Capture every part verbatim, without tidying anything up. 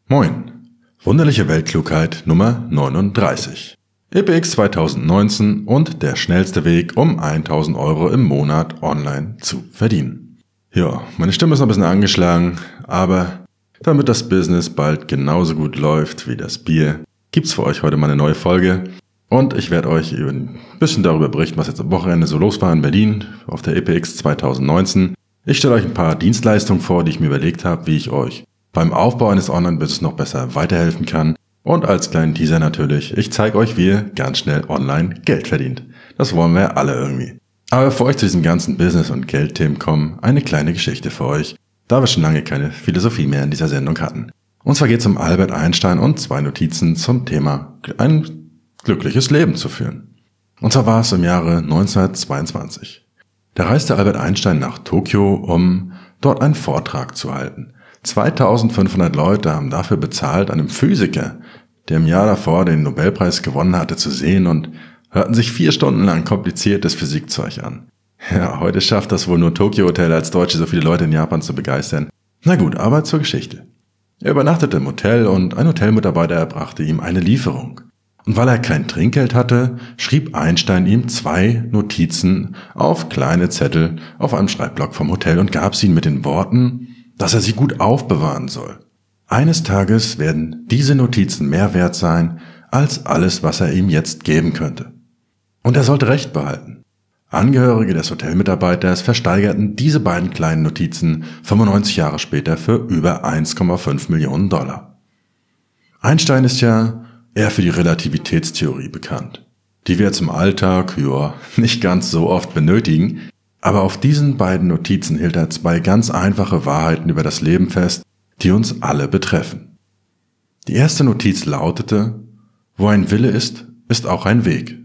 Moin, wunderliche Weltklugheit Nummer neununddreißig. E P X zweitausendneunzehn und der schnellste Weg, um tausend Euro im Monat online zu verdienen. Ja, meine Stimme ist noch ein bisschen angeschlagen, aber damit das Business bald genauso gut läuft wie das Bier, gibt's für euch heute mal eine neue Folge. Und ich werde euch ein bisschen darüber berichten, was jetzt am Wochenende so los war in Berlin auf der E P X zweitausendneunzehn. Ich stelle euch ein paar Dienstleistungen vor, die ich mir überlegt habe, wie ich euch beim Aufbau eines Online-Business noch besser weiterhelfen kann. Und als kleinen Teaser natürlich, ich zeige euch, wie ihr ganz schnell online Geld verdient. Das wollen wir alle irgendwie. Aber bevor ich zu diesen ganzen Business- und Geldthemen komme, eine kleine Geschichte für euch, da wir schon lange keine Philosophie mehr in dieser Sendung hatten. Und zwar geht es um Albert Einstein und zwei Notizen zum Thema ein glückliches Leben zu führen. Und zwar war es im Jahre neunzehnhundertzweiundzwanzig. Da reiste Albert Einstein nach Tokio, um dort einen Vortrag zu halten. zweitausendfünfhundert Leute haben dafür bezahlt, einem Physiker, der im Jahr davor den Nobelpreis gewonnen hatte, zu sehen und hörten sich vier Stunden lang kompliziertes Physikzeug an. Ja, heute schafft das wohl nur Tokyo Hotel als Deutsche so viele Leute in Japan zu begeistern. Na gut, aber zur Geschichte. Er übernachtete im Hotel und ein Hotelmitarbeiter erbrachte ihm eine Lieferung. Und weil er kein Trinkgeld hatte, schrieb Einstein ihm zwei Notizen auf kleine Zettel auf einem Schreibblock vom Hotel und gab sie ihm mit den Worten, dass er sie gut aufbewahren soll. Eines Tages werden diese Notizen mehr wert sein als alles, was er ihm jetzt geben könnte. Und er sollte Recht behalten. Angehörige des Hotelmitarbeiters versteigerten diese beiden kleinen Notizen fünfundneunzig Jahre später für über eins Komma fünf Millionen Dollar. Einstein ist ja eher für die Relativitätstheorie bekannt, die wir jetzt im Alltag, ja, nicht ganz so oft benötigen, aber auf diesen beiden Notizen hielt er zwei ganz einfache Wahrheiten über das Leben fest, die uns alle betreffen. Die erste Notiz lautete: Wo ein Wille ist, ist auch ein Weg.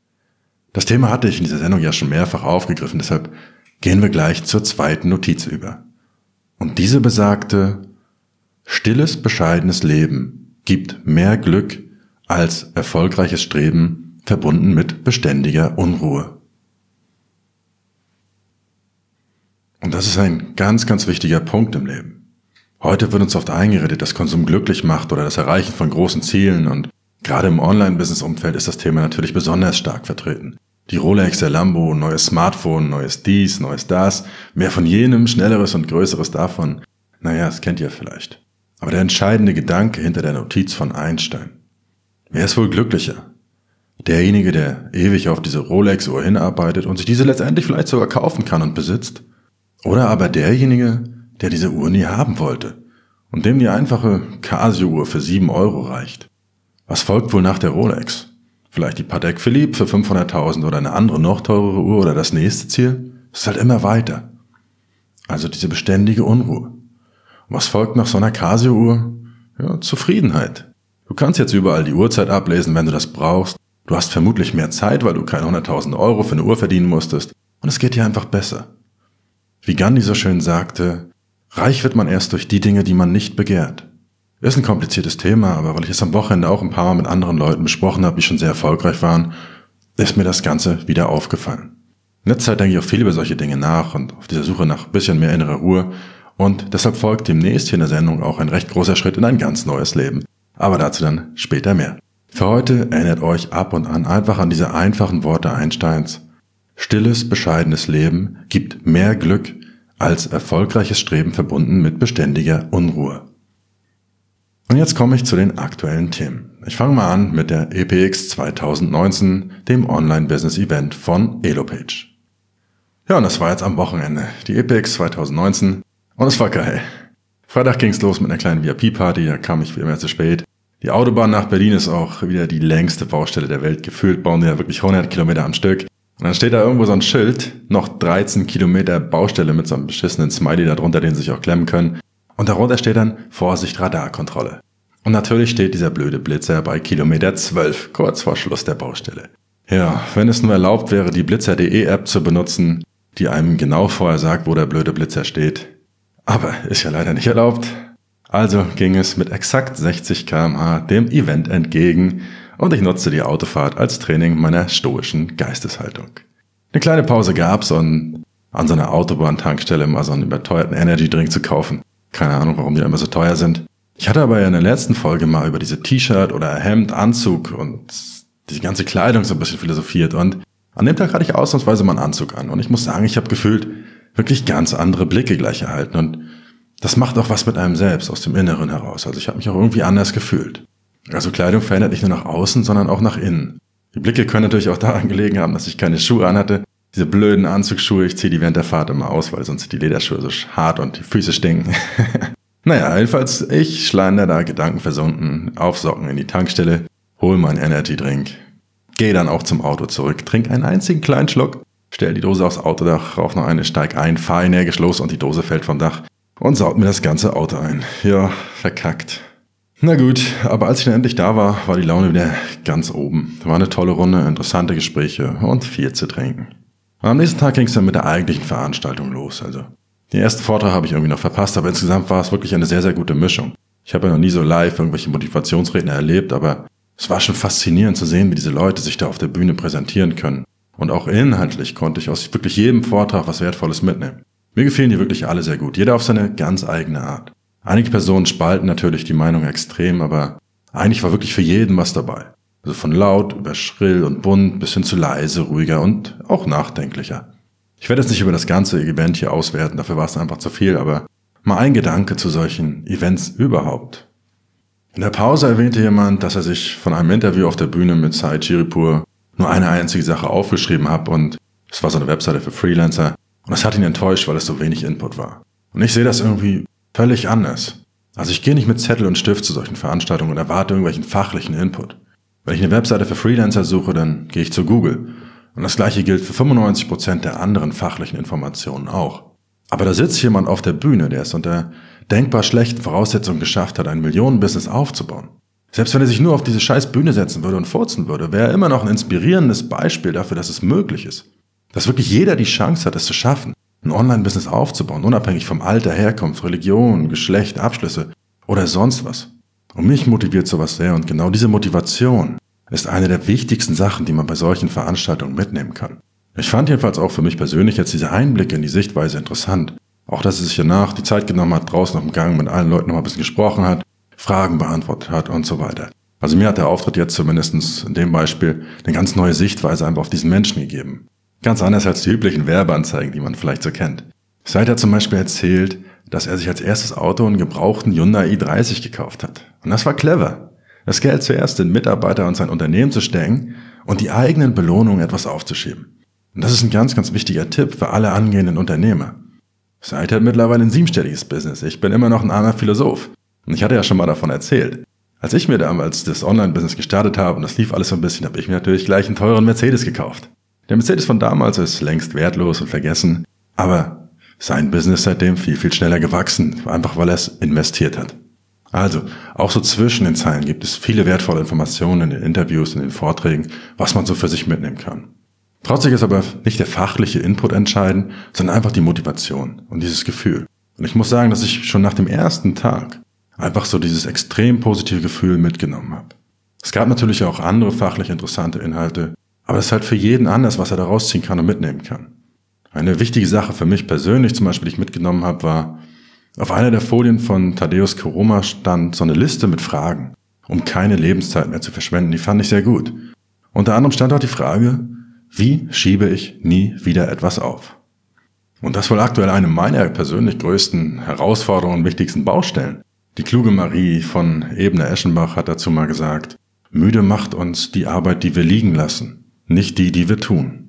Das Thema hatte ich in dieser Sendung ja schon mehrfach aufgegriffen, deshalb gehen wir gleich zur zweiten Notiz über. Und diese besagte: Stilles, bescheidenes Leben gibt mehr Glück als erfolgreiches Streben, verbunden mit beständiger Unruhe. Und das ist ein ganz, ganz wichtiger Punkt im Leben. Heute wird uns oft eingeredet, dass Konsum glücklich macht oder das Erreichen von großen Zielen, und gerade im Online-Business-Umfeld ist das Thema natürlich besonders stark vertreten. Die Rolex, der Lambo, neues Smartphone, neues dies, neues das, mehr von jenem, schnelleres und größeres davon. Naja, das kennt ihr vielleicht. Aber der entscheidende Gedanke hinter der Notiz von Einstein: Wer ist wohl glücklicher? Derjenige, der ewig auf diese Rolex-Uhr hinarbeitet und sich diese letztendlich vielleicht sogar kaufen kann und besitzt? Oder aber derjenige, der diese Uhr nie haben wollte und dem die einfache Casio-Uhr für sieben Euro reicht? Was folgt wohl nach der Rolex? Vielleicht die Patek Philippe für fünfhunderttausend oder eine andere noch teurere Uhr oder das nächste Ziel? Es ist halt immer weiter. Also diese beständige Unruhe. Und was folgt nach so einer Casio-Uhr? Ja, Zufriedenheit. Du kannst jetzt überall die Uhrzeit ablesen, wenn du das brauchst. Du hast vermutlich mehr Zeit, weil du keine hunderttausend Euro für eine Uhr verdienen musstest. Und es geht dir einfach besser. Wie Gandhi so schön sagte: Reich wird man erst durch die Dinge, die man nicht begehrt. Ist ein kompliziertes Thema, aber weil ich es am Wochenende auch ein paar Mal mit anderen Leuten besprochen habe, die schon sehr erfolgreich waren, ist mir das Ganze wieder aufgefallen. In letzter Zeit denke ich auch viel über solche Dinge nach und auf dieser Suche nach ein bisschen mehr innerer Ruhe, und deshalb folgt demnächst hier in der Sendung auch ein recht großer Schritt in ein ganz neues Leben. Aber dazu dann später mehr. Für heute erinnert euch ab und an einfach an diese einfachen Worte Einsteins: Stilles, bescheidenes Leben gibt mehr Glück als erfolgreiches Streben, verbunden mit beständiger Unruhe. Und jetzt komme ich zu den aktuellen Themen. Ich fange mal an mit der E P X zweitausendneunzehn, dem Online-Business-Event von Elopage. Ja, und das war jetzt am Wochenende, die E P X zweitausendneunzehn, und es war geil. Freitag ging's los mit einer kleinen V I P-Party, da kam ich wie immer zu spät. Die Autobahn nach Berlin ist auch wieder die längste Baustelle der Welt. Gefühlt bauen die ja wirklich hundert Kilometer am Stück. Und dann steht da irgendwo so ein Schild, noch dreizehn Kilometer Baustelle mit so einem beschissenen Smiley darunter, den sie sich auch klemmen können. Und darunter steht dann: Vorsicht, Radarkontrolle. Und natürlich steht dieser blöde Blitzer bei Kilometer zwölf, kurz vor Schluss der Baustelle. Ja, wenn es nur erlaubt wäre, die Blitzer Punkt de App zu benutzen, die einem genau vorher sagt, wo der blöde Blitzer steht. Aber ist ja leider nicht erlaubt. Also ging es mit exakt sechzig Kilometer pro Stunde dem Event entgegen, und ich nutzte die Autofahrt als Training meiner stoischen Geisteshaltung. Eine kleine Pause gab's, und an so einer Autobahntankstelle mal so einen überteuerten Energy Drink zu kaufen. Keine Ahnung, warum die immer so teuer sind. Ich hatte aber ja in der letzten Folge mal über diese T-Shirt oder Hemd, Anzug und diese ganze Kleidung so ein bisschen philosophiert und an dem Tag hatte ich ausnahmsweise mal einen Anzug an und ich muss sagen, ich habe gefühlt wirklich ganz andere Blicke gleich erhalten und das macht auch was mit einem selbst aus dem Inneren heraus. Also ich habe mich auch irgendwie anders gefühlt. Also Kleidung verändert nicht nur nach außen, sondern auch nach innen. Die Blicke können natürlich auch daran gelegen haben, dass ich keine Schuhe anhatte. Diese blöden Anzugsschuhe, ich ziehe die während der Fahrt immer aus, weil sonst sind die Lederschuhe so hart und die Füße stinken. Naja, jedenfalls, ich schlender da gedankenversunken, aufsocken in die Tankstelle, hol meinen Energy-Drink, geh dann auch zum Auto zurück, trink einen einzigen kleinen Schluck, stell die Dose aufs Autodach, rauch noch eine, steig ein, fahr energisch los und die Dose fällt vom Dach und saut mir das ganze Auto ein. Ja, verkackt. Na gut, aber als ich dann endlich da war, war die Laune wieder ganz oben. War eine tolle Runde, interessante Gespräche und viel zu trinken. Und am nächsten Tag ging es dann mit der eigentlichen Veranstaltung los, also. Den ersten Vortrag habe ich irgendwie noch verpasst, aber insgesamt war es wirklich eine sehr, sehr gute Mischung. Ich habe ja noch nie so live irgendwelche Motivationsredner erlebt, aber es war schon faszinierend zu sehen, wie diese Leute sich da auf der Bühne präsentieren können. Und auch inhaltlich konnte ich aus wirklich jedem Vortrag was Wertvolles mitnehmen. Mir gefielen die wirklich alle sehr gut, jeder auf seine ganz eigene Art. Einige Personen spalten natürlich die Meinung extrem, aber eigentlich war wirklich für jeden was dabei. Also von laut über schrill und bunt bis hin zu leise, ruhiger und auch nachdenklicher. Ich werde jetzt nicht über das ganze Event hier auswerten, dafür war es einfach zu viel, aber mal ein Gedanke zu solchen Events überhaupt. In der Pause erwähnte jemand, dass er sich von einem Interview auf der Bühne mit Said Chiripur nur eine einzige Sache aufgeschrieben hat und es war so eine Webseite für Freelancer und das hat ihn enttäuscht, weil es so wenig Input war. Und ich sehe das irgendwie völlig anders. Also ich gehe nicht mit Zettel und Stift zu solchen Veranstaltungen und erwarte irgendwelchen fachlichen Input. Wenn ich eine Webseite für Freelancer suche, dann gehe ich zu Google. Und das gleiche gilt für fünfundneunzig Prozent der anderen fachlichen Informationen auch. Aber da sitzt jemand auf der Bühne, der es unter denkbar schlechten Voraussetzungen geschafft hat, ein Millionenbusiness aufzubauen. Selbst wenn er sich nur auf diese scheiß Bühne setzen würde und furzen würde, wäre er immer noch ein inspirierendes Beispiel dafür, dass es möglich ist. Dass wirklich jeder die Chance hat, es zu schaffen, ein Online-Business aufzubauen, unabhängig vom Alter, Herkunft, Religion, Geschlecht, Abschlüsse oder sonst was. Und mich motiviert sowas sehr und genau diese Motivation ist eine der wichtigsten Sachen, die man bei solchen Veranstaltungen mitnehmen kann. Ich fand jedenfalls auch für mich persönlich jetzt diese Einblicke in die Sichtweise interessant. Auch, dass er sich danach die Zeit genommen hat, draußen auf dem Gang mit allen Leuten noch mal ein bisschen gesprochen hat, Fragen beantwortet hat und so weiter. Also mir hat der Auftritt jetzt zumindest in dem Beispiel eine ganz neue Sichtweise einfach auf diesen Menschen gegeben. Ganz anders als die üblichen Werbeanzeigen, die man vielleicht so kennt. Said hat zum Beispiel erzählt, dass er sich als erstes Auto einen gebrauchten Hyundai i dreißig gekauft hat. Und das war clever. Das Geld zuerst in Mitarbeiter und sein Unternehmen zu stecken und die eigenen Belohnungen etwas aufzuschieben. Und das ist ein ganz, ganz wichtiger Tipp für alle angehenden Unternehmer. Said hat mittlerweile ein siebenstelliges Business. Ich bin immer noch ein armer Philosoph. Und ich hatte ja schon mal davon erzählt. Als ich mir damals das Online-Business gestartet habe und das lief alles so ein bisschen, habe ich mir natürlich gleich einen teuren Mercedes gekauft. Der Mercedes von damals ist längst wertlos und vergessen, aber sein Business seitdem viel, viel schneller gewachsen, einfach weil er es investiert hat. Also, auch so zwischen den Zeilen gibt es viele wertvolle Informationen in den Interviews, in den Vorträgen, was man so für sich mitnehmen kann. Trotzdem ist aber nicht der fachliche Input entscheidend, sondern einfach die Motivation und dieses Gefühl. Und ich muss sagen, dass ich schon nach dem ersten Tag einfach so dieses extrem positive Gefühl mitgenommen habe. Es gab natürlich auch andere fachlich interessante Inhalte, aber es ist halt für jeden anders, was er da rausziehen kann und mitnehmen kann. Eine wichtige Sache für mich persönlich zum Beispiel, die ich mitgenommen habe, war, auf einer der Folien von Tadeusz Koroma stand so eine Liste mit Fragen, um keine Lebenszeit mehr zu verschwenden. Die fand ich sehr gut. Unter anderem stand auch die Frage, wie schiebe ich nie wieder etwas auf? Und das wohl aktuell eine meiner persönlich größten Herausforderungen und wichtigsten Baustellen. Die kluge Marie von Ebner-Eschenbach hat dazu mal gesagt, müde macht uns die Arbeit, die wir liegen lassen, nicht die, die wir tun.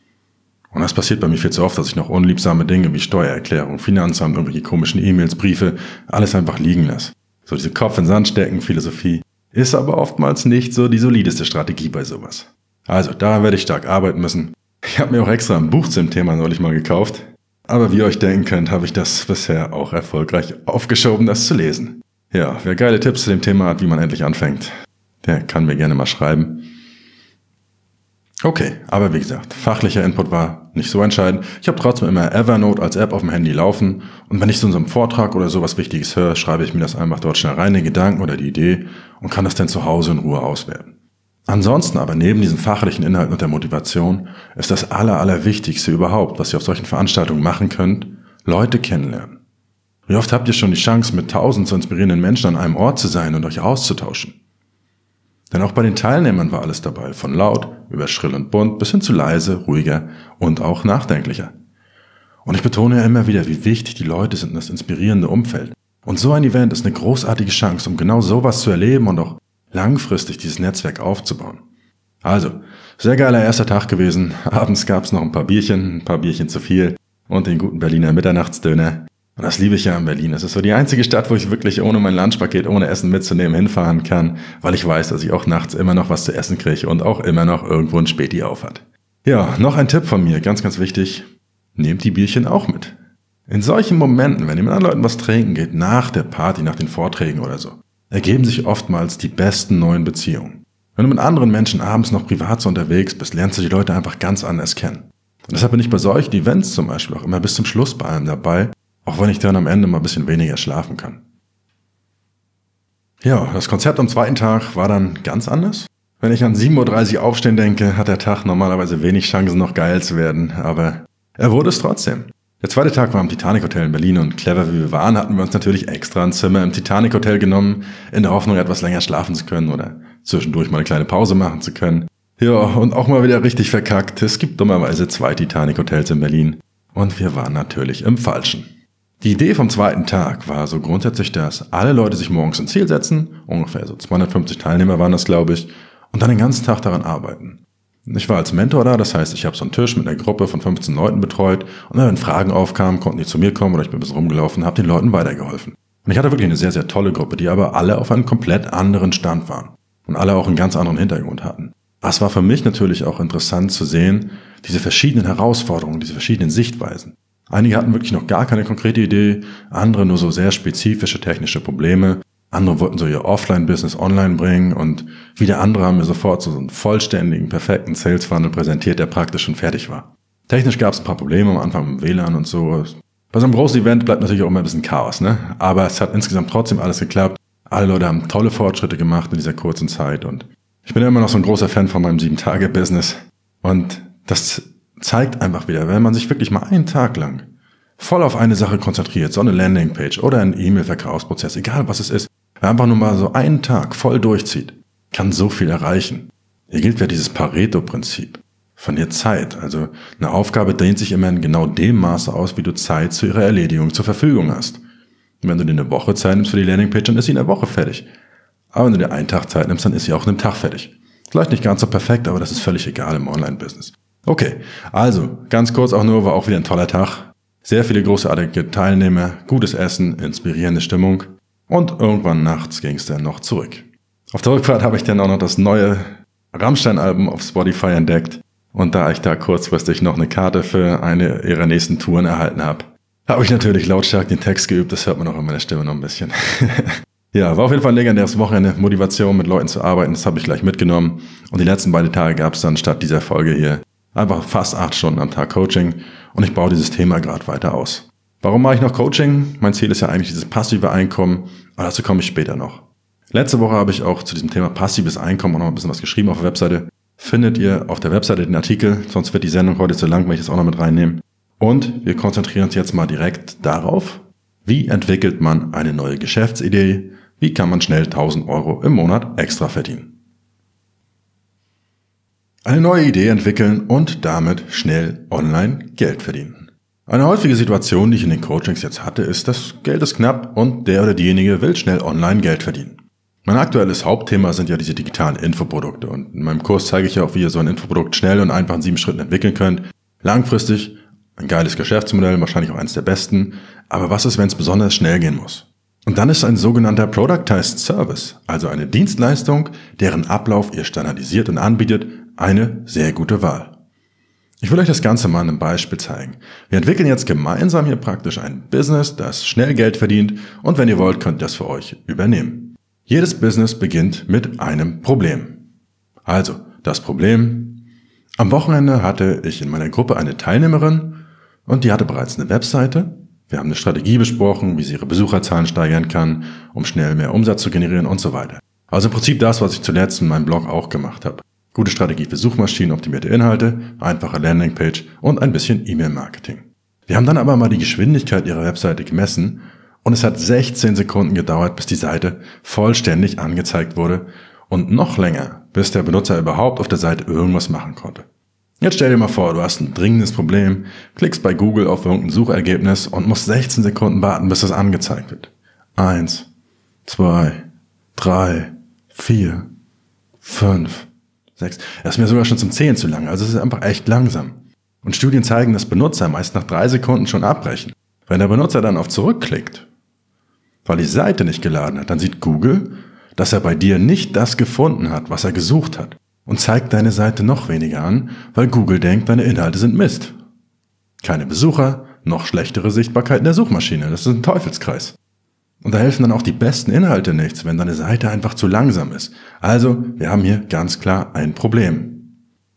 Und das passiert bei mir viel zu oft, dass ich noch unliebsame Dinge wie Steuererklärung, Finanzamt, irgendwelche komischen E-Mails, Briefe, alles einfach liegen lasse. So diese Kopf in den Sand stecken Philosophie ist aber oftmals nicht so die solideste Strategie bei sowas. Also daran werde ich stark arbeiten müssen. Ich habe mir auch extra ein Buch zum Thema neulich mal gekauft. Aber wie ihr euch denken könnt, habe ich das bisher auch erfolgreich aufgeschoben, das zu lesen. Ja, wer geile Tipps zu dem Thema hat, wie man endlich anfängt, der kann mir gerne mal schreiben. Okay, aber wie gesagt, fachlicher Input war nicht so entscheidend. Ich habe trotzdem immer Evernote als App auf dem Handy laufen und wenn ich so in so einem Vortrag oder sowas Wichtiges höre, schreibe ich mir das einfach dort schnell rein, den Gedanken oder die Idee und kann das dann zu Hause in Ruhe auswerten. Ansonsten aber neben diesen fachlichen Inhalten und der Motivation ist das aller, allerwichtigste überhaupt, was ihr auf solchen Veranstaltungen machen könnt, Leute kennenlernen. Wie oft habt ihr schon die Chance, mit tausend so inspirierenden Menschen an einem Ort zu sein und euch auszutauschen? Denn auch bei den Teilnehmern war alles dabei, von laut über schrill und bunt bis hin zu leise, ruhiger und auch nachdenklicher. Und ich betone ja immer wieder, wie wichtig die Leute sind und das inspirierende Umfeld. Und so ein Event ist eine großartige Chance, um genau sowas zu erleben und auch langfristig dieses Netzwerk aufzubauen. Also, sehr geiler erster Tag gewesen. Abends gab's noch ein paar Bierchen, ein paar Bierchen zu viel und den guten Berliner Mitternachtsdöner. Und das liebe ich ja in Berlin. Es ist so die einzige Stadt, wo ich wirklich ohne mein Lunchpaket, ohne Essen mitzunehmen, hinfahren kann, weil ich weiß, dass ich auch nachts immer noch was zu essen kriege und auch immer noch irgendwo ein Späti auf hat. Ja, noch ein Tipp von mir, ganz, ganz wichtig. Nehmt die Bierchen auch mit. In solchen Momenten, wenn ihr mit anderen Leuten was trinken geht, nach der Party, nach den Vorträgen oder so, ergeben sich oftmals die besten neuen Beziehungen. Wenn du mit anderen Menschen abends noch privat so unterwegs bist, lernst du die Leute einfach ganz anders kennen. Und deshalb bin ich bei solchen Events zum Beispiel auch immer bis zum Schluss bei einem dabei, auch wenn ich dann am Ende mal ein bisschen weniger schlafen kann. Ja, das Konzept am zweiten Tag war dann ganz anders. Wenn ich an sieben Uhr dreißig aufstehen denke, hat der Tag normalerweise wenig Chancen, noch geil zu werden, aber er wurde es trotzdem. Der zweite Tag war im Titanic Hotel in Berlin und clever wie wir waren, hatten wir uns natürlich extra ein Zimmer im Titanic Hotel genommen, in der Hoffnung, etwas länger schlafen zu können oder zwischendurch mal eine kleine Pause machen zu können. Ja, und auch mal wieder richtig verkackt. Es gibt dummerweise zwei Titanic Hotels in Berlin und wir waren natürlich im Falschen. Die Idee vom zweiten Tag war so grundsätzlich, dass alle Leute sich morgens ein Ziel setzen, ungefähr so zweihundertfünfzig Teilnehmer waren das, glaube ich, und dann den ganzen Tag daran arbeiten. Ich war als Mentor da, das heißt, ich habe so einen Tisch mit einer Gruppe von fünfzehn Leuten betreut und wenn Fragen aufkamen, konnten die zu mir kommen oder ich bin ein bisschen rumgelaufen, habe den Leuten weitergeholfen. Und ich hatte wirklich eine sehr, sehr tolle Gruppe, die aber alle auf einem komplett anderen Stand waren und alle auch einen ganz anderen Hintergrund hatten. Das war für mich natürlich auch interessant zu sehen, diese verschiedenen Herausforderungen, diese verschiedenen Sichtweisen. Einige hatten wirklich noch gar keine konkrete Idee, andere nur so sehr spezifische technische Probleme. Andere wollten so ihr Offline-Business online bringen und wieder andere haben mir sofort so einen vollständigen, perfekten Sales-Funnel präsentiert, der praktisch schon fertig war. Technisch gab es ein paar Probleme am Anfang mit dem W L A N und so. Bei so einem großen Event bleibt natürlich auch immer ein bisschen Chaos, ne? Aber es hat insgesamt trotzdem alles geklappt. Alle Leute haben tolle Fortschritte gemacht in dieser kurzen Zeit und ich bin immer noch so ein großer Fan von meinem sieben Tage Business. Und das zeigt einfach wieder, wenn man sich wirklich mal einen Tag lang voll auf eine Sache konzentriert, so eine Landingpage oder ein E-Mail-Verkaufsprozess, egal was es ist, wer einfach nur mal so einen Tag voll durchzieht, kann so viel erreichen. Hier gilt ja dieses Pareto-Prinzip von der Zeit. Also eine Aufgabe dehnt sich immer in genau dem Maße aus, wie du Zeit zu ihrer Erledigung zur Verfügung hast. Und wenn du dir eine Woche Zeit nimmst für die Landingpage, dann ist sie in einer Woche fertig. Aber wenn du dir einen Tag Zeit nimmst, dann ist sie auch in einem Tag fertig. Vielleicht nicht ganz so perfekt, aber das ist völlig egal im Online-Business. Okay, also ganz kurz auch nur, war auch wieder ein toller Tag. Sehr viele großartige Teilnehmer, gutes Essen, inspirierende Stimmung und irgendwann nachts ging es dann noch zurück. Auf der Rückfahrt habe ich dann auch noch das neue Rammstein-Album auf Spotify entdeckt und da ich da kurzfristig noch eine Karte für eine ihrer nächsten Touren erhalten habe, habe ich natürlich lautstark den Text geübt, das hört man auch in meiner Stimme noch ein bisschen. Ja, war auf jeden Fall ein legendäres Wochenende, Motivation mit Leuten zu arbeiten, das habe ich gleich mitgenommen und die letzten beiden Tage gab es dann statt dieser Folge hier einfach fast acht Stunden am Tag Coaching und ich baue dieses Thema gerade weiter aus. Warum mache ich noch Coaching? Mein Ziel ist ja eigentlich dieses passive Einkommen, aber dazu komme ich später noch. Letzte Woche habe ich auch zu diesem Thema passives Einkommen auch noch ein bisschen was geschrieben auf der Webseite. Findet ihr auf der Webseite den Artikel, sonst wird die Sendung heute zu lang, wenn ich das auch noch mit reinnehmen. Und wir konzentrieren uns jetzt mal direkt darauf, wie entwickelt man eine neue Geschäftsidee, wie kann man schnell tausend Euro im Monat extra verdienen. Eine neue Idee entwickeln und damit schnell online Geld verdienen. Eine häufige Situation, die ich in den Coachings jetzt hatte, ist, dass Geld ist knapp und der oder diejenige will schnell online Geld verdienen. Mein aktuelles Hauptthema sind ja diese digitalen Infoprodukte und in meinem Kurs zeige ich ja auch, wie ihr so ein Infoprodukt schnell und einfach in sieben Schritten entwickeln könnt. Langfristig ein geiles Geschäftsmodell, wahrscheinlich auch eines der besten, aber was ist, wenn es besonders schnell gehen muss? Und dann ist ein sogenannter Productized Service, also eine Dienstleistung, deren Ablauf ihr standardisiert und anbietet, eine sehr gute Wahl. Ich will euch das Ganze mal an einem Beispiel zeigen. Wir entwickeln jetzt gemeinsam hier praktisch ein Business, das schnell Geld verdient und wenn ihr wollt, könnt ihr das für euch übernehmen. Jedes Business beginnt mit einem Problem. Also, das Problem. Am Wochenende hatte ich in meiner Gruppe eine Teilnehmerin und die hatte bereits eine Webseite. Wir haben eine Strategie besprochen, wie sie ihre Besucherzahlen steigern kann, um schnell mehr Umsatz zu generieren und so weiter. Also im Prinzip das, was ich zuletzt in meinem Blog auch gemacht habe. Gute Strategie für Suchmaschinen, optimierte Inhalte, einfache Landingpage und ein bisschen E-Mail-Marketing. Wir haben dann aber mal die Geschwindigkeit ihrer Webseite gemessen Und es hat sechzehn Sekunden gedauert, bis die Seite vollständig angezeigt wurde und noch länger, bis der Benutzer überhaupt auf der Seite irgendwas machen konnte. Jetzt stell dir mal vor, du hast ein dringendes Problem, klickst bei Google auf irgendein Suchergebnis und musst sechzehn Sekunden warten, bis das angezeigt wird. Eins, zwei, drei, vier, fünf, sechs. Das ist mir sogar schon zum Zählen zu lang, also es ist einfach echt langsam. Und Studien zeigen, dass Benutzer meist nach drei Sekunden schon abbrechen. Wenn der Benutzer dann auf Zurückklickt, weil die Seite nicht geladen hat, dann sieht Google, dass er bei dir nicht das gefunden hat, was er gesucht hat und zeigt deine Seite noch weniger an, weil Google denkt, deine Inhalte sind Mist. Keine Besucher, noch schlechtere Sichtbarkeit in der Suchmaschine. Das ist ein Teufelskreis. Und da helfen dann auch die besten Inhalte nichts, wenn deine Seite einfach zu langsam ist. Also, wir haben hier ganz klar ein Problem.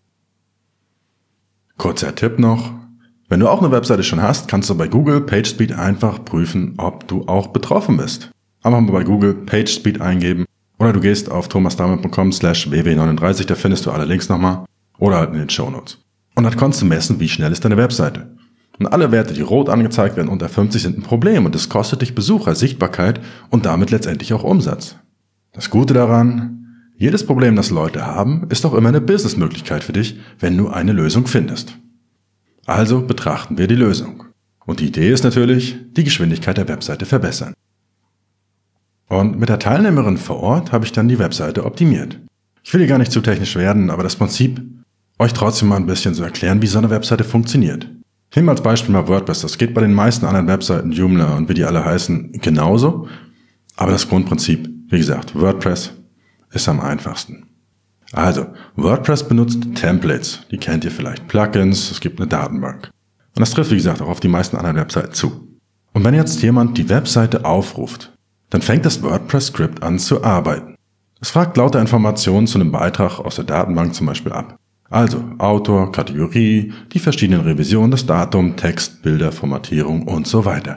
Kurzer Tipp noch. Wenn du auch eine Webseite schon hast, kannst du bei Google PageSpeed einfach prüfen, ob du auch betroffen bist. Einfach mal bei Google PageSpeed eingeben oder du gehst auf thomasdahlmann punkt com slash w w neununddreißig, da findest du alle Links nochmal oder halt in den Shownotes. Und dann kannst du messen, wie schnell ist deine Webseite. Und alle Werte, die rot angezeigt werden, unter fünfzig sind ein Problem und es kostet dich Besucher, Sichtbarkeit und damit letztendlich auch Umsatz. Das Gute daran, jedes Problem, das Leute haben, ist auch immer eine Businessmöglichkeit für dich, wenn du eine Lösung findest. Also betrachten wir die Lösung. Und die Idee ist natürlich, die Geschwindigkeit der Webseite verbessern. Und mit der Teilnehmerin vor Ort habe ich dann die Webseite optimiert. Ich will hier gar nicht zu technisch werden, aber das Prinzip euch trotzdem mal ein bisschen so erklären, wie so eine Webseite funktioniert. Nehmen wir als Beispiel mal WordPress. Das geht bei den meisten anderen Webseiten, Joomla und wie die alle heißen, genauso. Aber das Grundprinzip, wie gesagt, WordPress ist am einfachsten. Also, WordPress benutzt Templates. Die kennt ihr vielleicht. Plugins, es gibt eine Datenbank. Und das trifft, wie gesagt, auch auf die meisten anderen Webseiten zu. Und wenn jetzt jemand die Webseite aufruft, dann fängt das WordPress-Skript an zu arbeiten. Es fragt lauter Informationen zu einem Beitrag aus der Datenbank zum Beispiel ab. Also Autor, Kategorie, die verschiedenen Revisionen, das Datum, Text, Bilder, Formatierung und so weiter.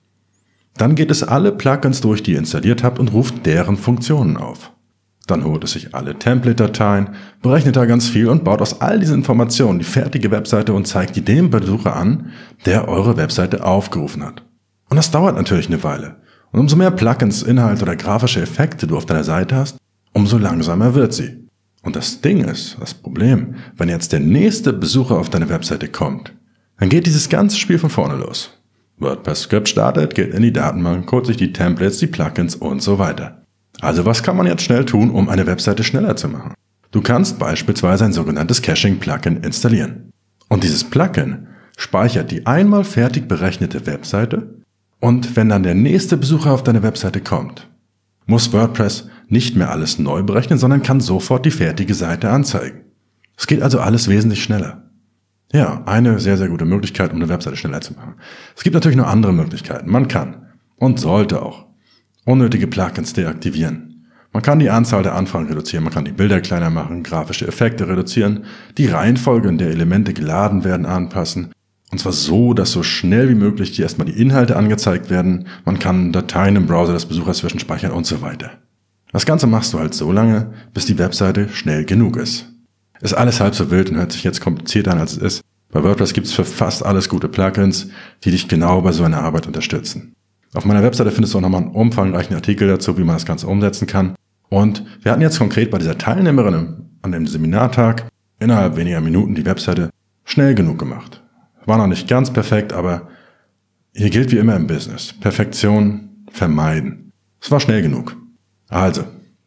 Dann geht es alle Plugins durch, die ihr installiert habt und ruft deren Funktionen auf. Dann holt es sich alle Template-Dateien, berechnet da ganz viel und baut aus all diesen Informationen die fertige Webseite und zeigt die dem Besucher an, der eure Webseite aufgerufen hat. Und das dauert natürlich eine Weile. Und umso mehr Plugins, Inhalte oder grafische Effekte du auf deiner Seite hast, umso langsamer wird sie. Und das Ding ist, das Problem, wenn jetzt der nächste Besucher auf deine Webseite kommt, dann geht dieses ganze Spiel von vorne los. WordPress-Skript startet, geht in die Datenbank, holt sich die Templates, die Plugins und so weiter. Also was kann man jetzt schnell tun, um eine Webseite schneller zu machen? Du kannst beispielsweise ein sogenanntes Caching-Plugin installieren. Und dieses Plugin speichert die einmal fertig berechnete Webseite und wenn dann der nächste Besucher auf deine Webseite kommt, muss WordPress nicht mehr alles neu berechnen, sondern kann sofort die fertige Seite anzeigen. Es geht also alles wesentlich schneller. Ja, eine sehr, sehr gute Möglichkeit, um eine Webseite schneller zu machen. Es gibt natürlich noch andere Möglichkeiten. Man kann und sollte auch unnötige Plugins deaktivieren. Man kann die Anzahl der Anfragen reduzieren, man kann die Bilder kleiner machen, grafische Effekte reduzieren, die Reihenfolge, in der Elemente geladen werden, anpassen. Und zwar so, dass so schnell wie möglich die erstmal die Inhalte angezeigt werden. Man kann Dateien im Browser des Besuchers zwischenspeichern und so weiter. Das Ganze machst du halt so lange, bis die Webseite schnell genug ist. Ist alles halb so wild und hört sich jetzt komplizierter an, als es ist. Bei WordPress gibt's für fast alles gute Plugins, die dich genau bei so einer Arbeit unterstützen. Auf meiner Webseite findest du auch nochmal einen umfangreichen Artikel dazu, wie man das Ganze umsetzen kann. Und wir hatten jetzt konkret bei dieser Teilnehmerin an dem Seminartag innerhalb weniger Minuten die Webseite schnell genug gemacht. War noch nicht ganz perfekt, aber hier gilt wie immer im Business: Perfektion vermeiden. Es war schnell genug. Also,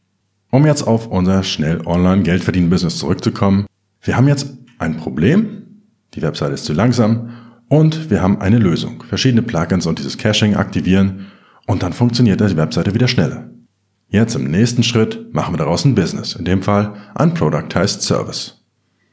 um jetzt auf unser schnell Online-Geld-Verdienen-Business zurückzukommen. Wir haben jetzt ein Problem, die Webseite ist zu langsam und wir haben eine Lösung. Verschiedene Plugins und dieses Caching aktivieren und dann funktioniert die Webseite wieder schneller. Jetzt im nächsten Schritt machen wir daraus ein Business, in dem Fall ein Productized Service.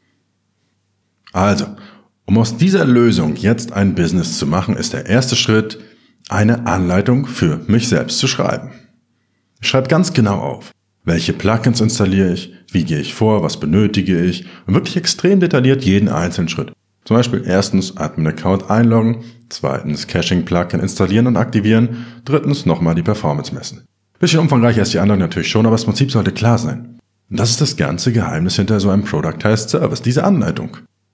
Also, um aus dieser Lösung jetzt ein Business zu machen, ist der erste Schritt, eine Anleitung für mich selbst zu schreiben. Ich schreibe ganz genau auf, welche Plugins installiere ich, wie gehe ich vor, was benötige ich und wirklich extrem detailliert jeden einzelnen Schritt. Zum Beispiel erstens Admin-Account einloggen, zweitens Caching-Plugin installieren und aktivieren, drittens nochmal die Performance messen. Bisschen umfangreicher ist die Anleitung natürlich schon, aber das Prinzip sollte klar sein. Und das ist das ganze Geheimnis hinter so einem Productized Service, diese Anleitung.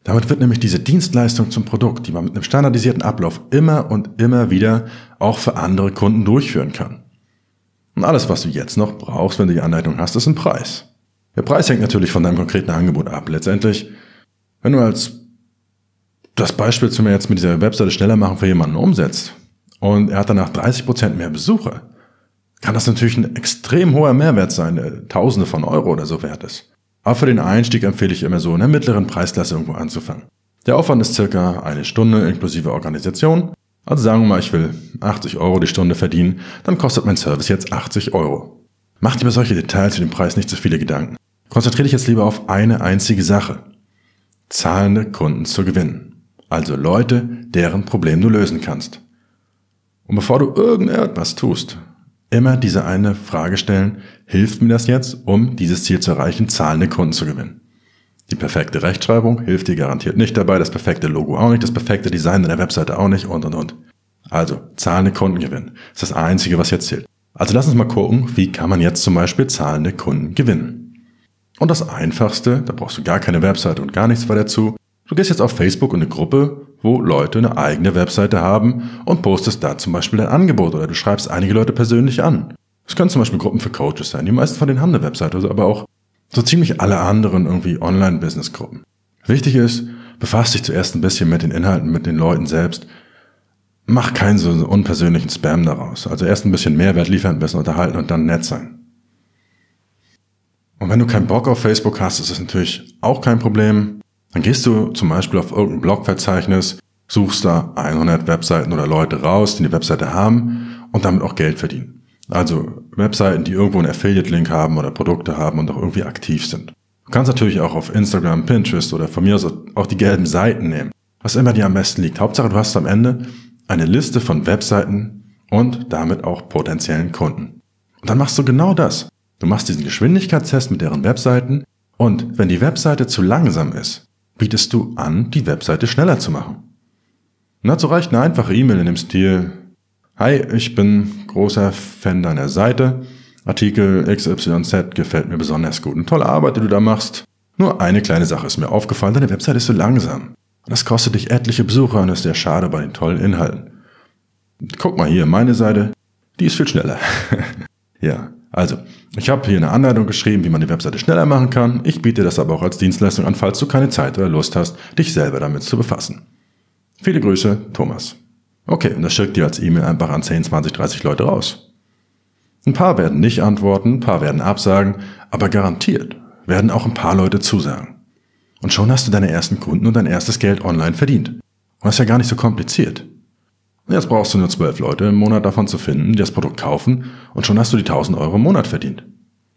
Damit wird nämlich diese Dienstleistung zum Produkt, die man mit einem standardisierten Ablauf immer und immer wieder auch für andere Kunden durchführen kann. Und alles, was du jetzt noch brauchst, wenn du die Anleitung hast, ist ein Preis. Der Preis hängt natürlich von deinem konkreten Angebot ab. Letztendlich, wenn du als das Beispiel zu mir jetzt mit dieser Webseite schneller machen für jemanden umsetzt und er hat danach dreißig Prozent mehr Besucher, kann das natürlich ein extrem hoher Mehrwert sein, der Tausende von Euro oder so wert ist. Aber für den Einstieg empfehle ich immer so in der mittleren Preisklasse irgendwo anzufangen. Der Aufwand ist circa eine Stunde inklusive Organisation. Also sagen wir mal, ich will achtzig Euro die Stunde verdienen, dann kostet mein Service jetzt achtzig Euro. Mach dir über solche Details zu dem Preis nicht so viele Gedanken. Konzentriere dich jetzt lieber auf eine einzige Sache. Zahlende Kunden zu gewinnen. Also Leute, deren Problem du lösen kannst. Und bevor du irgendetwas tust, immer diese eine Frage stellen, hilft mir das jetzt, um dieses Ziel zu erreichen, zahlende Kunden zu gewinnen? Die perfekte Rechtschreibung hilft dir garantiert nicht dabei, das perfekte Logo auch nicht, das perfekte Design der Webseite auch nicht und und und. Also, zahlende Kunden gewinnen. Das ist das Einzige, was jetzt zählt. Also lass uns mal gucken, wie kann man jetzt zum Beispiel zahlende Kunden gewinnen. Und das Einfachste, da brauchst du gar keine Webseite und gar nichts weiter dazu. Du gehst jetzt auf Facebook in eine Gruppe, wo Leute eine eigene Webseite haben und postest da zum Beispiel dein Angebot oder du schreibst einige Leute persönlich an. Das können zum Beispiel Gruppen für Coaches sein. Die meisten von denen haben eine Webseite, aber auch so ziemlich alle anderen irgendwie Online-Business-Gruppen. Wichtig ist, befasst dich zuerst ein bisschen mit den Inhalten, mit den Leuten selbst. Mach keinen so unpersönlichen Spam daraus. Also erst ein bisschen Mehrwert liefern, ein bisschen unterhalten und dann nett sein. Und wenn du keinen Bock auf Facebook hast, ist das natürlich auch kein Problem. Dann gehst du zum Beispiel auf irgendein Blogverzeichnis, suchst da hundert Webseiten oder Leute raus, die eine Webseite haben und damit auch Geld verdienen. Also Webseiten, die irgendwo einen Affiliate-Link haben oder Produkte haben und auch irgendwie aktiv sind. Du kannst natürlich auch auf Instagram, Pinterest oder von mir aus auch die gelben Seiten nehmen, was immer dir am besten liegt. Hauptsache, du hast am Ende eine Liste von Webseiten und damit auch potenziellen Kunden. Und dann machst du genau das. Du machst diesen Geschwindigkeitstest mit deren Webseiten und wenn die Webseite zu langsam ist, bietest du an, die Webseite schneller zu machen. Und dazu reicht eine einfache E-Mail in dem Stil: Hi, ich bin großer Fan deiner Seite. Artikel X Y Z gefällt mir besonders gut. Eine tolle Arbeit, die du da machst. Nur eine kleine Sache ist mir aufgefallen, deine Webseite ist so langsam. Und das kostet dich etliche Besucher und ist sehr schade bei den tollen Inhalten. Guck mal hier, meine Seite, die ist viel schneller. Ja, also, ich habe hier eine Anleitung geschrieben, wie man die Webseite schneller machen kann. Ich biete das aber auch als Dienstleistung an, falls du keine Zeit oder Lust hast, dich selber damit zu befassen. Viele Grüße, Thomas. Okay, und das schickt dir als E-Mail einfach an zehn, zwanzig, dreißig Leute raus. Ein paar werden nicht antworten, ein paar werden absagen, aber garantiert werden auch ein paar Leute zusagen. Und schon hast du deine ersten Kunden und dein erstes Geld online verdient. Und das ist ja gar nicht so kompliziert. Und jetzt brauchst du nur zwölf Leute im Monat davon zu finden, die das Produkt kaufen, und schon hast du die tausend Euro im Monat verdient.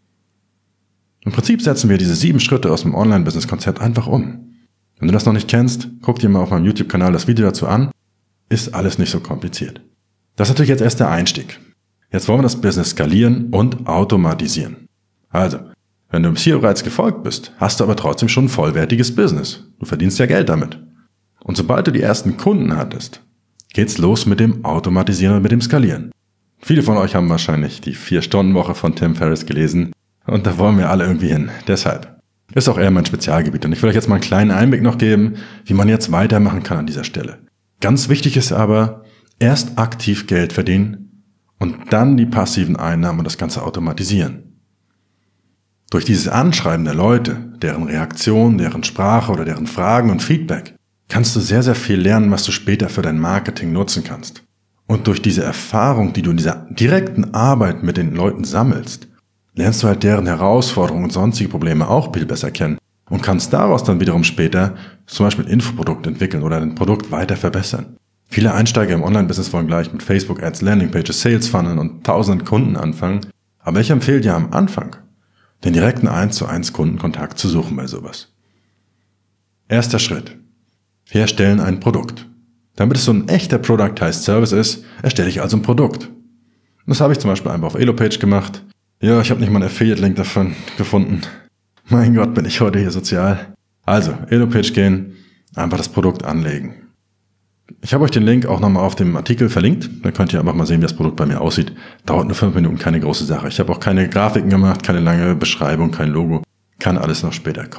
Im Prinzip setzen wir diese sieben Schritte aus dem Online-Business-Konzept einfach um. Wenn du das noch nicht kennst, guck dir mal auf meinem YouTube-Kanal das Video dazu an. Ist alles nicht so kompliziert. Das ist natürlich jetzt erst der Einstieg. Jetzt wollen wir das Business skalieren und automatisieren. Also, wenn du bis hier bereits gefolgt bist, hast du aber trotzdem schon ein vollwertiges Business. Du verdienst ja Geld damit. Und sobald du die ersten Kunden hattest, geht's los mit dem Automatisieren und mit dem Skalieren. Viele von euch haben wahrscheinlich die vier-Stunden-Woche von Tim Ferriss gelesen und da wollen wir alle irgendwie hin. Deshalb ist auch eher mein Spezialgebiet und ich will euch jetzt mal einen kleinen Einblick noch geben, wie man jetzt weitermachen kann an dieser Stelle. Ganz wichtig ist aber, erst aktiv Geld verdienen und dann die passiven Einnahmen und das Ganze automatisieren. Durch dieses Anschreiben der Leute, deren Reaktion, deren Sprache oder deren Fragen und Feedback, kannst du sehr, sehr viel lernen, was du später für dein Marketing nutzen kannst. Und durch diese Erfahrung, die du in dieser direkten Arbeit mit den Leuten sammelst, lernst du halt deren Herausforderungen und sonstige Probleme auch viel besser kennen und kannst daraus dann wiederum später zum Beispiel ein Infoprodukt entwickeln oder ein Produkt weiter verbessern. Viele Einsteiger im Online-Business wollen gleich mit Facebook-Ads, Landingpages, Sales-Funneln und tausenden Kunden anfangen, aber ich empfehle dir am Anfang, den direkten eins zu eins Kundenkontakt zu suchen bei sowas. Erster Schritt. Wir erstellen ein Produkt. Damit es so ein echter Productized Service ist, erstelle ich also ein Produkt. Und das habe ich zum Beispiel einfach auf Elopage gemacht. Ja, ich habe nicht mal einen Affiliate-Link davon gefunden. Mein Gott, bin ich heute hier sozial. Also, Elopage gehen, einfach das Produkt anlegen. Ich habe euch den Link auch nochmal auf dem Artikel verlinkt. Da könnt ihr einfach mal sehen, wie das Produkt bei mir aussieht. Dauert nur fünf Minuten, keine große Sache. Ich habe auch keine Grafiken gemacht, keine lange Beschreibung, kein Logo. Kann alles noch später kommen.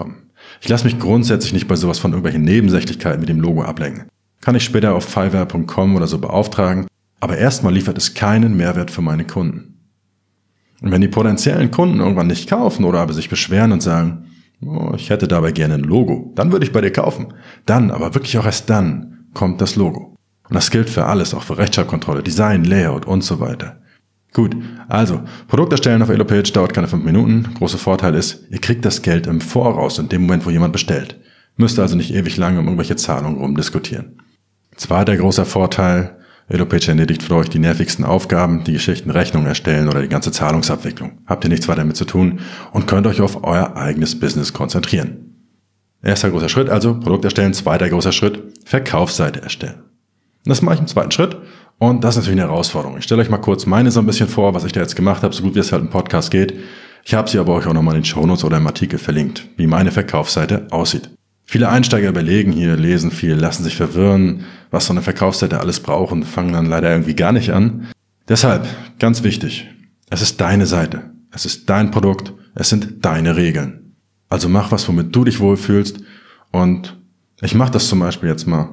Ich lasse mich grundsätzlich nicht bei sowas von irgendwelchen Nebensächlichkeiten mit dem Logo ablenken. Kann ich später auf Fiverr Punkt com oder so beauftragen, aber erstmal liefert es keinen Mehrwert für meine Kunden. Und wenn die potenziellen Kunden irgendwann nicht kaufen oder aber sich beschweren und sagen, oh, ich hätte dabei gerne ein Logo, dann würde ich bei dir kaufen. Dann, aber wirklich auch erst dann, kommt das Logo. Und das gilt für alles, auch für Rechtschreibkontrolle, Design, Layout und so weiter. Gut, also, Produkt erstellen auf Elopage dauert keine fünf Minuten. Großer Vorteil ist, ihr kriegt das Geld im Voraus, in dem Moment, wo jemand bestellt. Müsst also nicht ewig lange um irgendwelche Zahlungen rumdiskutieren. Zweiter großer Vorteil, Elopage erledigt für euch die nervigsten Aufgaben, die Geschichten, Rechnungen erstellen oder die ganze Zahlungsabwicklung. Habt ihr nichts weiter damit zu tun und könnt euch auf euer eigenes Business konzentrieren. Erster großer Schritt also, Produkt erstellen. Zweiter großer Schritt, Verkaufsseite erstellen. Das mache ich im zweiten Schritt und das ist natürlich eine Herausforderung. Ich stelle euch mal kurz meine so ein bisschen vor, was ich da jetzt gemacht habe, so gut wie es halt im Podcast geht. Ich habe sie aber euch auch nochmal in den Shownotes oder im Artikel verlinkt, wie meine Verkaufsseite aussieht. Viele Einsteiger überlegen hier, lesen viel, lassen sich verwirren, was so eine Verkaufsseite alles braucht und fangen dann leider irgendwie gar nicht an. Deshalb, ganz wichtig, es ist deine Seite, es ist dein Produkt, es sind deine Regeln. Also mach was, womit du dich wohlfühlst und ich mache das zum Beispiel jetzt mal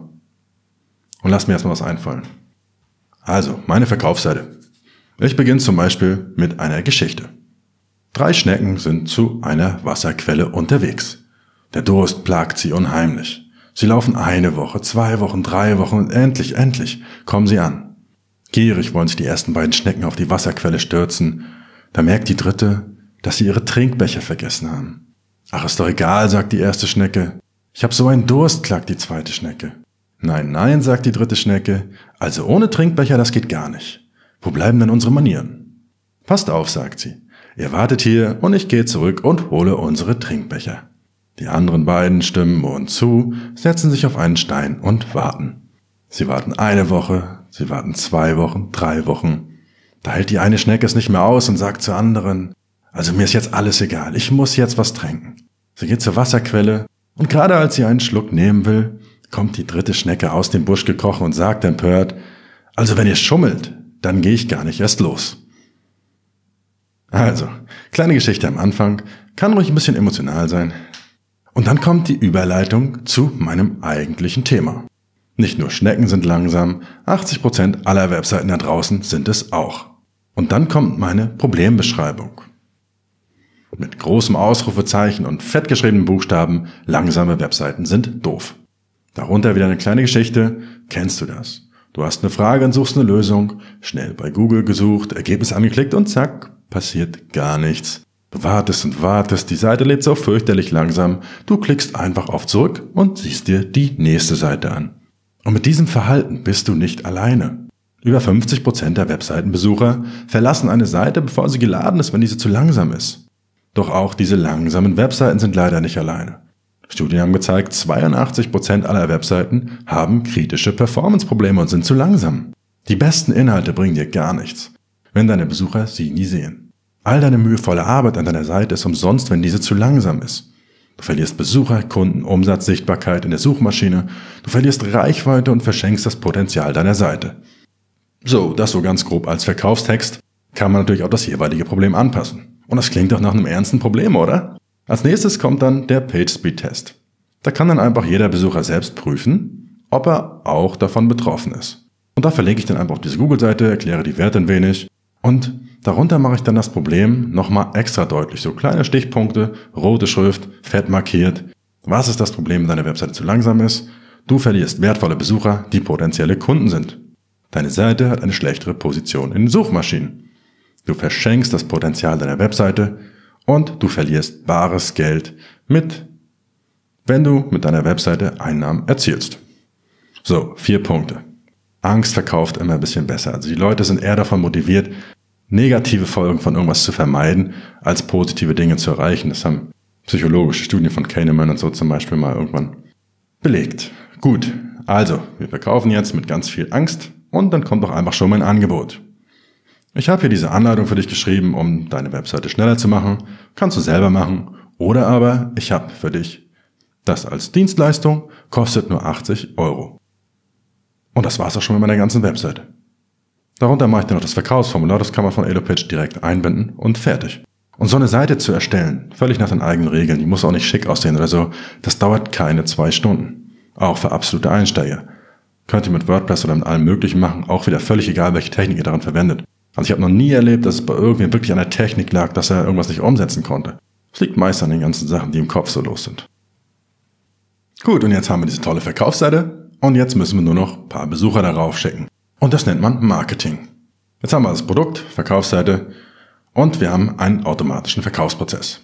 und lass mir erstmal was einfallen. Also, meine Verkaufsseite. Ich beginne zum Beispiel mit einer Geschichte. Drei Schnecken sind zu einer Wasserquelle unterwegs. Der Durst plagt sie unheimlich. Sie laufen eine Woche, zwei Wochen, drei Wochen und endlich, endlich kommen sie an. Gierig wollen sich die ersten beiden Schnecken auf die Wasserquelle stürzen. Da merkt die dritte, dass sie ihre Trinkbecher vergessen haben. Ach, ist doch egal, sagt die erste Schnecke. Ich habe so einen Durst, klagt die zweite Schnecke. Nein, nein, sagt die dritte Schnecke. Also ohne Trinkbecher, das geht gar nicht. Wo bleiben denn unsere Manieren? Passt auf, sagt sie. Ihr wartet hier und ich gehe zurück und hole unsere Trinkbecher. Die anderen beiden stimmen Mund zu, setzen sich auf einen Stein und warten. Sie warten eine Woche, sie warten zwei Wochen, drei Wochen. Da hält die eine Schnecke es nicht mehr aus und sagt zur anderen, also mir ist jetzt alles egal, ich muss jetzt was trinken. Sie geht zur Wasserquelle und gerade als sie einen Schluck nehmen will, kommt die dritte Schnecke aus dem Busch gekrochen und sagt empört, also wenn ihr schummelt, dann gehe ich gar nicht erst los. Also, kleine Geschichte am Anfang, kann ruhig ein bisschen emotional sein. Und dann kommt die Überleitung zu meinem eigentlichen Thema. Nicht nur Schnecken sind langsam, achtzig Prozent aller Webseiten da draußen sind es auch. Und dann kommt meine Problembeschreibung. Mit großem Ausrufezeichen und fettgeschriebenen Buchstaben, langsame Webseiten sind doof. Darunter wieder eine kleine Geschichte, kennst du das? Du hast eine Frage und suchst eine Lösung, schnell bei Google gesucht, Ergebnis angeklickt und zack, passiert gar nichts. Du wartest und wartest, die Seite lädt so fürchterlich langsam, du klickst einfach auf Zurück und siehst dir die nächste Seite an. Und mit diesem Verhalten bist du nicht alleine. Über fünfzig Prozent der Webseitenbesucher verlassen eine Seite, bevor sie geladen ist, wenn diese zu langsam ist. Doch auch diese langsamen Webseiten sind leider nicht alleine. Studien haben gezeigt, zweiundachtzig Prozent aller Webseiten haben kritische Performance-Probleme und sind zu langsam. Die besten Inhalte bringen dir gar nichts, wenn deine Besucher sie nie sehen. All deine mühevolle Arbeit an deiner Seite ist umsonst, wenn diese zu langsam ist. Du verlierst Besucher, Kunden, Umsatz, Sichtbarkeit in der Suchmaschine, du verlierst Reichweite und verschenkst das Potenzial deiner Seite. So, das so ganz grob als Verkaufstext, kann man natürlich auch das jeweilige Problem anpassen. Und das klingt doch nach einem ernsten Problem, oder? Als nächstes kommt dann der PageSpeed-Test. Da kann dann einfach jeder Besucher selbst prüfen, ob er auch davon betroffen ist. Und da verlinke ich dann einfach auf diese Google-Seite, erkläre die Werte ein wenig und darunter mache ich dann das Problem nochmal extra deutlich. So kleine Stichpunkte, rote Schrift, fett markiert. Was ist das Problem, wenn deine Webseite zu langsam ist? Du verlierst wertvolle Besucher, die potenzielle Kunden sind. Deine Seite hat eine schlechtere Position in den Suchmaschinen. Du verschenkst das Potenzial deiner Webseite und du verlierst bares Geld mit, wenn du mit deiner Webseite Einnahmen erzielst. So, vier Punkte. Angst verkauft immer ein bisschen besser. Also die Leute sind eher davon motiviert, negative Folgen von irgendwas zu vermeiden, als positive Dinge zu erreichen. Das haben psychologische Studien von Kahneman und so zum Beispiel mal irgendwann belegt. Gut, also, wir verkaufen jetzt mit ganz viel Angst und dann kommt doch einfach schon mein Angebot. Ich habe hier diese Anleitung für dich geschrieben, um deine Webseite schneller zu machen. Kannst du selber machen. Oder aber ich habe für dich das als Dienstleistung, kostet nur achtzig Euro. Und das war's auch schon mit meiner ganzen Webseite. Darunter mache ich dann noch das Verkaufsformular, das kann man von Elopage direkt einbinden und fertig. Und so eine Seite zu erstellen, völlig nach den eigenen Regeln, die muss auch nicht schick aussehen oder so, das dauert keine zwei Stunden. Auch für absolute Einsteiger. Könnt ihr mit WordPress oder mit allem Möglichen machen, auch wieder völlig egal, welche Technik ihr daran verwendet. Also ich habe noch nie erlebt, dass es bei irgendwem wirklich an der Technik lag, dass er irgendwas nicht umsetzen konnte. Es liegt meist an den ganzen Sachen, die im Kopf so los sind. Gut, und jetzt haben wir diese tolle Verkaufsseite und jetzt müssen wir nur noch ein paar Besucher darauf schicken. Und das nennt man Marketing. Jetzt haben wir das Produkt, Verkaufsseite und wir haben einen automatischen Verkaufsprozess.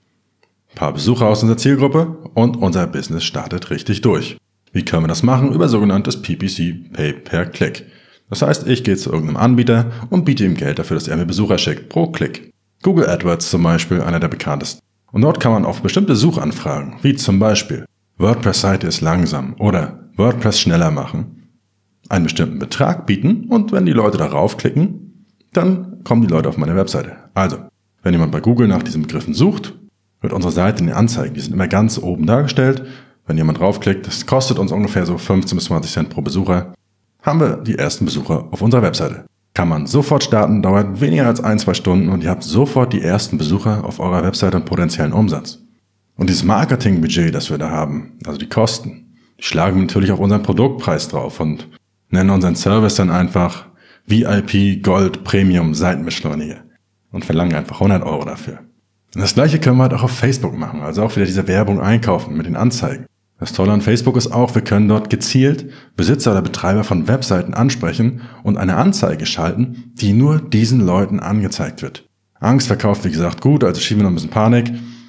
Ein paar Besucher aus unserer Zielgruppe und unser Business startet richtig durch. Wie können wir das machen? Über sogenanntes P P C, Pay per Click. Das heißt, ich gehe zu irgendeinem Anbieter und biete ihm Geld dafür, dass er mir Besucher schickt, pro Klick. Google AdWords zum Beispiel, einer der bekanntesten. Und dort kann man auf bestimmte Suchanfragen, wie zum Beispiel WordPress-Seite ist langsam oder WordPress schneller machen, einen bestimmten Betrag bieten und wenn die Leute darauf klicken, dann kommen die Leute auf meine Webseite. Also, wenn jemand bei Google nach diesen Begriffen sucht, wird unsere Seite in den Anzeigen, die sind immer ganz oben dargestellt. Wenn jemand draufklickt, das kostet uns ungefähr so fünfzehn bis zwanzig Cent pro Besucher, haben wir die ersten Besucher auf unserer Webseite. Kann man sofort starten, dauert weniger als ein, zwei Stunden und ihr habt sofort die ersten Besucher auf eurer Webseite und potenziellen Umsatz. Und dieses Marketingbudget, das wir da haben, also die Kosten, die schlagen wir natürlich auf unseren Produktpreis drauf und nennen unseren Service dann einfach V I P Gold Premium Seitenbeschleuniger und verlangen einfach hundert Euro dafür. Und das gleiche können wir halt auch auf Facebook machen, also auch wieder diese Werbung einkaufen mit den Anzeigen. Das Tolle an Facebook ist auch, wir können dort gezielt Besitzer oder Betreiber von Webseiten ansprechen und eine Anzeige schalten, die nur diesen Leuten angezeigt wird. Angst verkauft, wie gesagt, gut, also schieben wir noch ein bisschen Panik.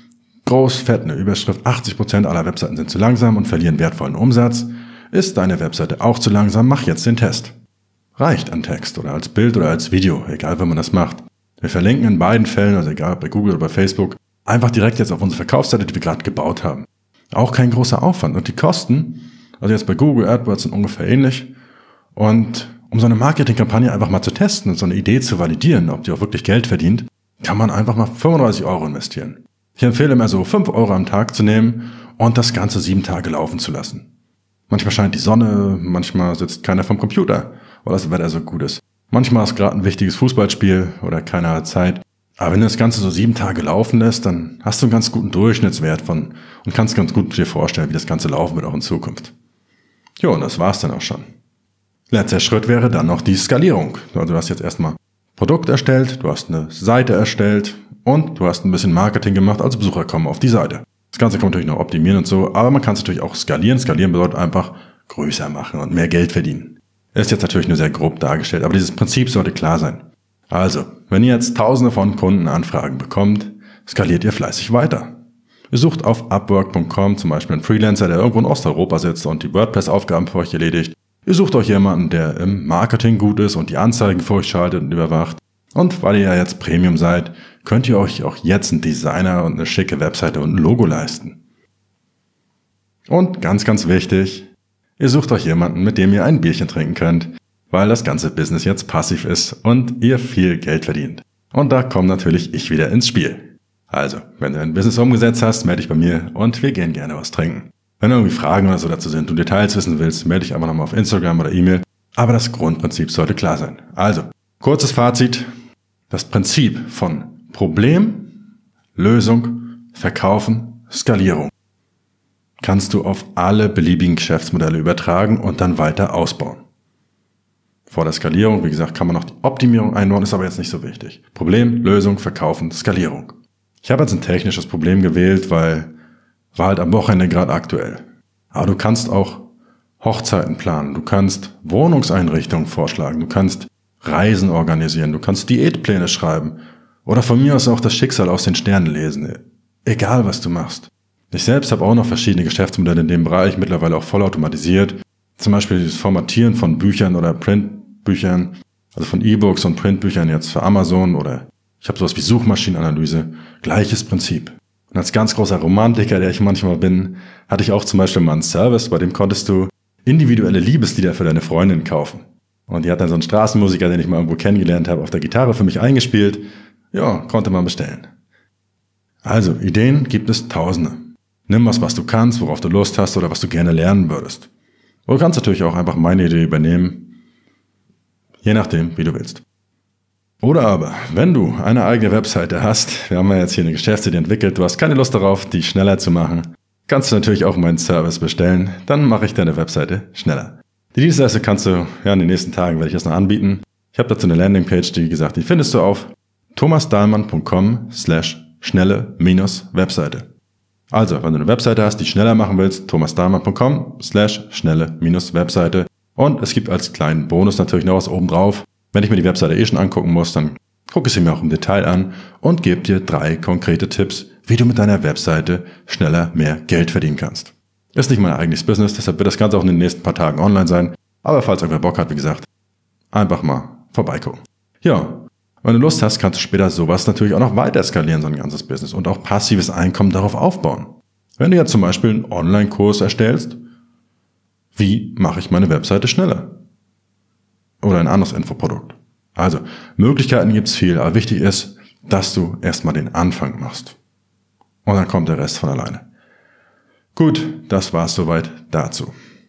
Groß, fett, eine Überschrift, achtzig Prozent aller Webseiten sind zu langsam und verlieren wertvollen Umsatz. Ist deine Webseite auch zu langsam, mach jetzt den Test. Reicht an Text oder als Bild oder als Video, egal wie man das macht. Wir verlinken in beiden Fällen, also egal bei Google oder bei Facebook, einfach direkt jetzt auf unsere Verkaufsseite, die wir gerade gebaut haben. Auch kein großer Aufwand. Und die Kosten, also jetzt bei Google AdWords sind ungefähr ähnlich. Und um so eine Marketingkampagne einfach mal zu testen und so eine Idee zu validieren, ob die auch wirklich Geld verdient, kann man einfach mal fünfunddreißig Euro investieren. Ich empfehle immer so fünf Euro am Tag zu nehmen und das Ganze sieben Tage laufen zu lassen. Manchmal scheint die Sonne, manchmal sitzt keiner vom Computer, weil das Wetter so gut ist. Manchmal ist gerade ein wichtiges Fußballspiel oder keiner hat Zeit. Aber wenn du das Ganze so sieben Tage laufen lässt, dann hast du einen ganz guten Durchschnittswert von und kannst ganz gut dir vorstellen, wie das Ganze laufen wird auch in Zukunft. Jo, und das war's dann auch schon. Letzter Schritt wäre dann noch die Skalierung. Also du hast jetzt erstmal Produkt erstellt, du hast eine Seite erstellt und du hast ein bisschen Marketing gemacht, also Besucher kommen auf die Seite. Das Ganze kann man natürlich noch optimieren und so, aber man kann es natürlich auch skalieren. Skalieren bedeutet einfach größer machen und mehr Geld verdienen. Ist jetzt natürlich nur sehr grob dargestellt, aber dieses Prinzip sollte klar sein. Also, wenn ihr jetzt tausende von Kundenanfragen bekommt, skaliert ihr fleißig weiter. Ihr sucht auf Upwork punkt com zum Beispiel einen Freelancer, der irgendwo in Osteuropa sitzt und die WordPress-Aufgaben für euch erledigt. Ihr sucht euch jemanden, der im Marketing gut ist und die Anzeigen für euch schaltet und überwacht. Und weil ihr ja jetzt Premium seid, könnt ihr euch auch jetzt einen Designer und eine schicke Webseite und ein Logo leisten. Und ganz, ganz wichtig, ihr sucht euch jemanden, mit dem ihr ein Bierchen trinken könnt, weil das ganze Business jetzt passiv ist und ihr viel Geld verdient. Und da komme natürlich ich wieder ins Spiel. Also, wenn du ein Business umgesetzt hast, melde dich bei mir und wir gehen gerne was trinken. Wenn irgendwie Fragen oder so dazu sind, du Details wissen willst, melde dich einfach nochmal auf Instagram oder E-Mail. Aber das Grundprinzip sollte klar sein. Also, kurzes Fazit. Das Prinzip von Problem, Lösung, Verkaufen, Skalierung kannst du auf alle beliebigen Geschäftsmodelle übertragen und dann weiter ausbauen. Vor der Skalierung, wie gesagt, kann man noch die Optimierung einbauen, ist aber jetzt nicht so wichtig. Problem, Lösung, Verkaufen, Skalierung. Ich habe jetzt ein technisches Problem gewählt, weil war halt am Wochenende gerade aktuell. Aber du kannst auch Hochzeiten planen, du kannst Wohnungseinrichtungen vorschlagen, du kannst Reisen organisieren, du kannst Diätpläne schreiben oder von mir aus auch das Schicksal aus den Sternen lesen. Egal, was du machst. Ich selbst habe auch noch verschiedene Geschäftsmodelle in dem Bereich, mittlerweile auch vollautomatisiert. Zum Beispiel das Formatieren von Büchern oder Printbüchern, also von E-Books und Printbüchern jetzt für Amazon oder ich habe sowas wie Suchmaschinenanalyse. Gleiches Prinzip. Und als ganz großer Romantiker, der ich manchmal bin, hatte ich auch zum Beispiel mal einen Service, bei dem konntest du individuelle Liebeslieder für deine Freundin kaufen. Und die hat dann so einen Straßenmusiker, den ich mal irgendwo kennengelernt habe, auf der Gitarre für mich eingespielt. Ja, konnte man bestellen. Also, Ideen gibt es tausende. Nimm was, was du kannst, worauf du Lust hast oder was du gerne lernen würdest. Oder du kannst natürlich auch einfach meine Idee übernehmen. Je nachdem, wie du willst. Oder aber, wenn du eine eigene Webseite hast, wir haben ja jetzt hier eine Geschäftsidee entwickelt, du hast keine Lust darauf, die schneller zu machen, kannst du natürlich auch meinen Service bestellen, dann mache ich deine Webseite schneller. Die Dienstleistung kannst du, ja in den nächsten Tagen werde ich das noch anbieten. Ich habe dazu eine Landingpage, die wie gesagt, die findest du auf thomasdahlmann.com slash schnelle minus Webseite. Also, wenn du eine Webseite hast, die schneller machen willst, thomasdahlmann.com slash schnelle minus Webseite. Und es gibt als kleinen Bonus natürlich noch was oben drauf. Wenn ich mir die Webseite eh schon angucken muss, dann gucke ich sie mir auch im Detail an und gebe dir drei konkrete Tipps, wie du mit deiner Webseite schneller mehr Geld verdienen kannst. Ist nicht mein eigenes Business, deshalb wird das Ganze auch in den nächsten paar Tagen online sein. Aber falls irgendwer Bock hat, wie gesagt, einfach mal vorbeigucken. Ja, wenn du Lust hast, kannst du später sowas natürlich auch noch weiter skalieren, so ein ganzes Business und auch passives Einkommen darauf aufbauen. Wenn du jetzt zum Beispiel einen Online-Kurs erstellst, wie mache ich meine Webseite schneller? Oder ein anderes Infoprodukt. Also, Möglichkeiten gibt's viel, aber wichtig ist, dass du erstmal den Anfang machst. Und dann kommt der Rest von alleine. Gut, das war's soweit dazu.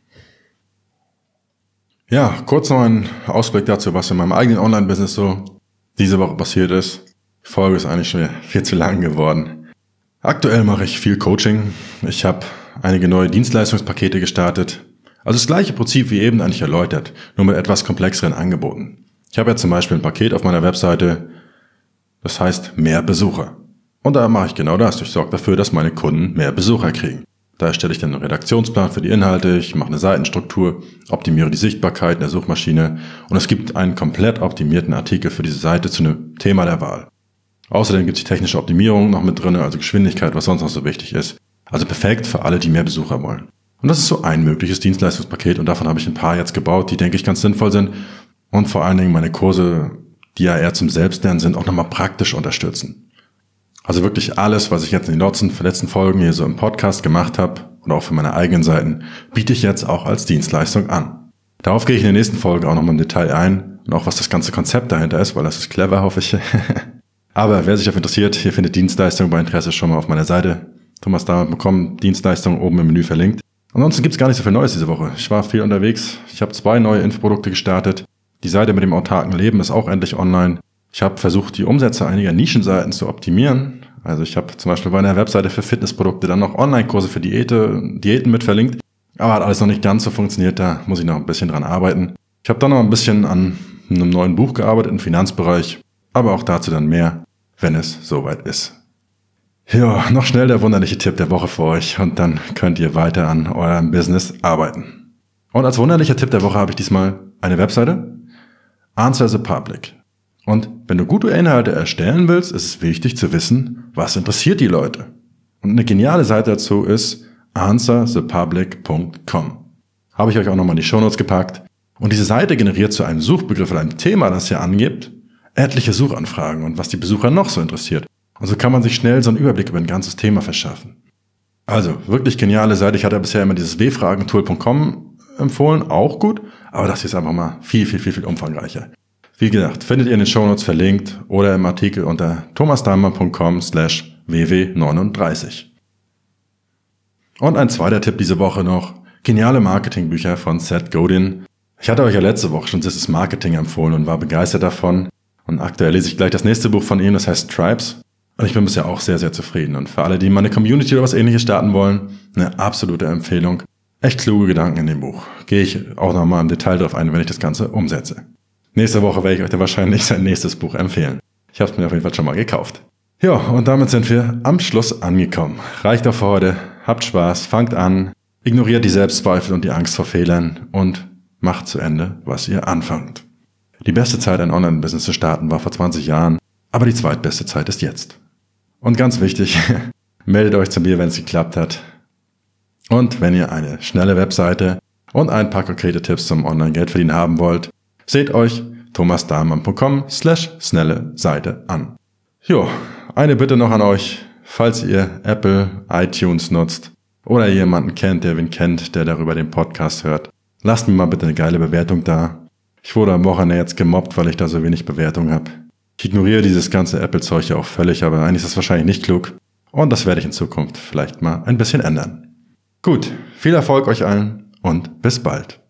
Ja, kurz noch ein Ausblick dazu, was in meinem eigenen Online-Business so diese Woche passiert ist. Die Folge ist eigentlich schon viel zu lang geworden. Aktuell mache ich viel Coaching. Ich habe einige neue Dienstleistungspakete gestartet. Also das gleiche Prinzip wie eben eigentlich erläutert, nur mit etwas komplexeren Angeboten. Ich habe ja zum Beispiel ein Paket auf meiner Webseite, das heißt mehr Besucher. Und da mache ich genau das. Ich sorge dafür, dass meine Kunden mehr Besucher kriegen. Da erstelle ich dann einen Redaktionsplan für die Inhalte, ich mache eine Seitenstruktur, optimiere die Sichtbarkeit in der Suchmaschine und es gibt einen komplett optimierten Artikel für diese Seite zu einem Thema der Wahl. Außerdem gibt es die technische Optimierung noch mit drin, also Geschwindigkeit, was sonst noch so wichtig ist. Also perfekt für alle, die mehr Besucher wollen. Und das ist so ein mögliches Dienstleistungspaket und davon habe ich ein paar jetzt gebaut, die denke ich ganz sinnvoll sind und vor allen Dingen meine Kurse, die ja eher zum Selbstlernen sind, auch nochmal praktisch unterstützen. Also wirklich alles, was ich jetzt in den letzten, letzten Folgen hier so im Podcast gemacht habe und auch für meine eigenen Seiten, biete ich jetzt auch als Dienstleistung an. Darauf gehe ich in der nächsten Folge auch nochmal im Detail ein und auch was das ganze Konzept dahinter ist, weil das ist clever, hoffe ich. Aber wer sich dafür interessiert, hier findet Dienstleistung bei Interesse schon mal auf meiner Seite. thomasdahlmann punkt com, Dienstleistung oben im Menü verlinkt. Ansonsten gibt's gar nicht so viel Neues diese Woche. Ich war viel unterwegs. Ich habe zwei neue Infoprodukte gestartet. Die Seite mit dem autarken Leben ist auch endlich online. Ich habe versucht, die Umsätze einiger Nischenseiten zu optimieren. Also ich habe zum Beispiel bei einer Webseite für Fitnessprodukte dann noch Online-Kurse für Diäte, Diäten mit verlinkt. Aber hat alles noch nicht ganz so funktioniert. Da muss ich noch ein bisschen dran arbeiten. Ich habe dann noch ein bisschen an einem neuen Buch gearbeitet im Finanzbereich. Aber auch dazu dann mehr, wenn es soweit ist. Ja, noch schnell der wunderliche Tipp der Woche für euch und dann könnt ihr weiter an eurem Business arbeiten. Und als wunderlicher Tipp der Woche habe ich diesmal eine Webseite, Answer the Public. Und wenn du gute Inhalte erstellen willst, ist es wichtig zu wissen, was interessiert die Leute. Und eine geniale Seite dazu ist answer the public punkt com. Habe ich euch auch nochmal in die Shownotes gepackt. Und diese Seite generiert zu einem Suchbegriff oder einem Thema, das ihr angibt, etliche Suchanfragen und was die Besucher noch so interessiert. Und so kann man sich schnell so einen Überblick über ein ganzes Thema verschaffen. Also, wirklich geniale Seite. Ich hatte bisher immer dieses w fragen tool punkt com empfohlen, auch gut, aber das hier ist einfach mal viel, viel, viel, viel umfangreicher. Wie gesagt, findet ihr in den Shownotes verlinkt oder im Artikel unter thomasdahlmann punkt com slash w w neununddreißig. Und ein zweiter Tipp diese Woche noch, geniale Marketingbücher von Seth Godin. Ich hatte euch ja letzte Woche schon dieses Marketing empfohlen und war begeistert davon. Und aktuell lese ich gleich das nächste Buch von ihm, das heißt Tribes. Und ich bin bisher auch sehr, sehr zufrieden. Und für alle, die meine Community oder was Ähnliches starten wollen, eine absolute Empfehlung. Echt kluge Gedanken in dem Buch. Gehe ich auch nochmal im Detail drauf ein, wenn ich das Ganze umsetze. Nächste Woche werde ich euch dann wahrscheinlich sein nächstes Buch empfehlen. Ich habe es mir auf jeden Fall schon mal gekauft. Ja, und damit sind wir am Schluss angekommen. Reicht auch für heute. Habt Spaß, fangt an, ignoriert die Selbstzweifel und die Angst vor Fehlern und macht zu Ende, was ihr anfangt. Die beste Zeit, ein Online-Business zu starten, war vor zwanzig Jahren, aber die zweitbeste Zeit ist jetzt. Und ganz wichtig, meldet euch zu mir, wenn es geklappt hat. Und wenn ihr eine schnelle Webseite und ein paar konkrete Tipps zum Online-Geldverdienen haben wollt, seht euch thomasdahlmann punkt com slash schnelle Seite an. Jo, eine Bitte noch an euch, falls ihr Apple, iTunes nutzt oder jemanden kennt, der wen kennt, der darüber den Podcast hört, lasst mir mal bitte eine geile Bewertung da. Ich wurde am Wochenende jetzt gemobbt, weil ich da so wenig Bewertung habe. Ich ignoriere dieses ganze Apple-Zeug ja auch völlig, aber eigentlich ist das wahrscheinlich nicht klug. Und das werde ich in Zukunft vielleicht mal ein bisschen ändern. Gut, viel Erfolg euch allen und bis bald.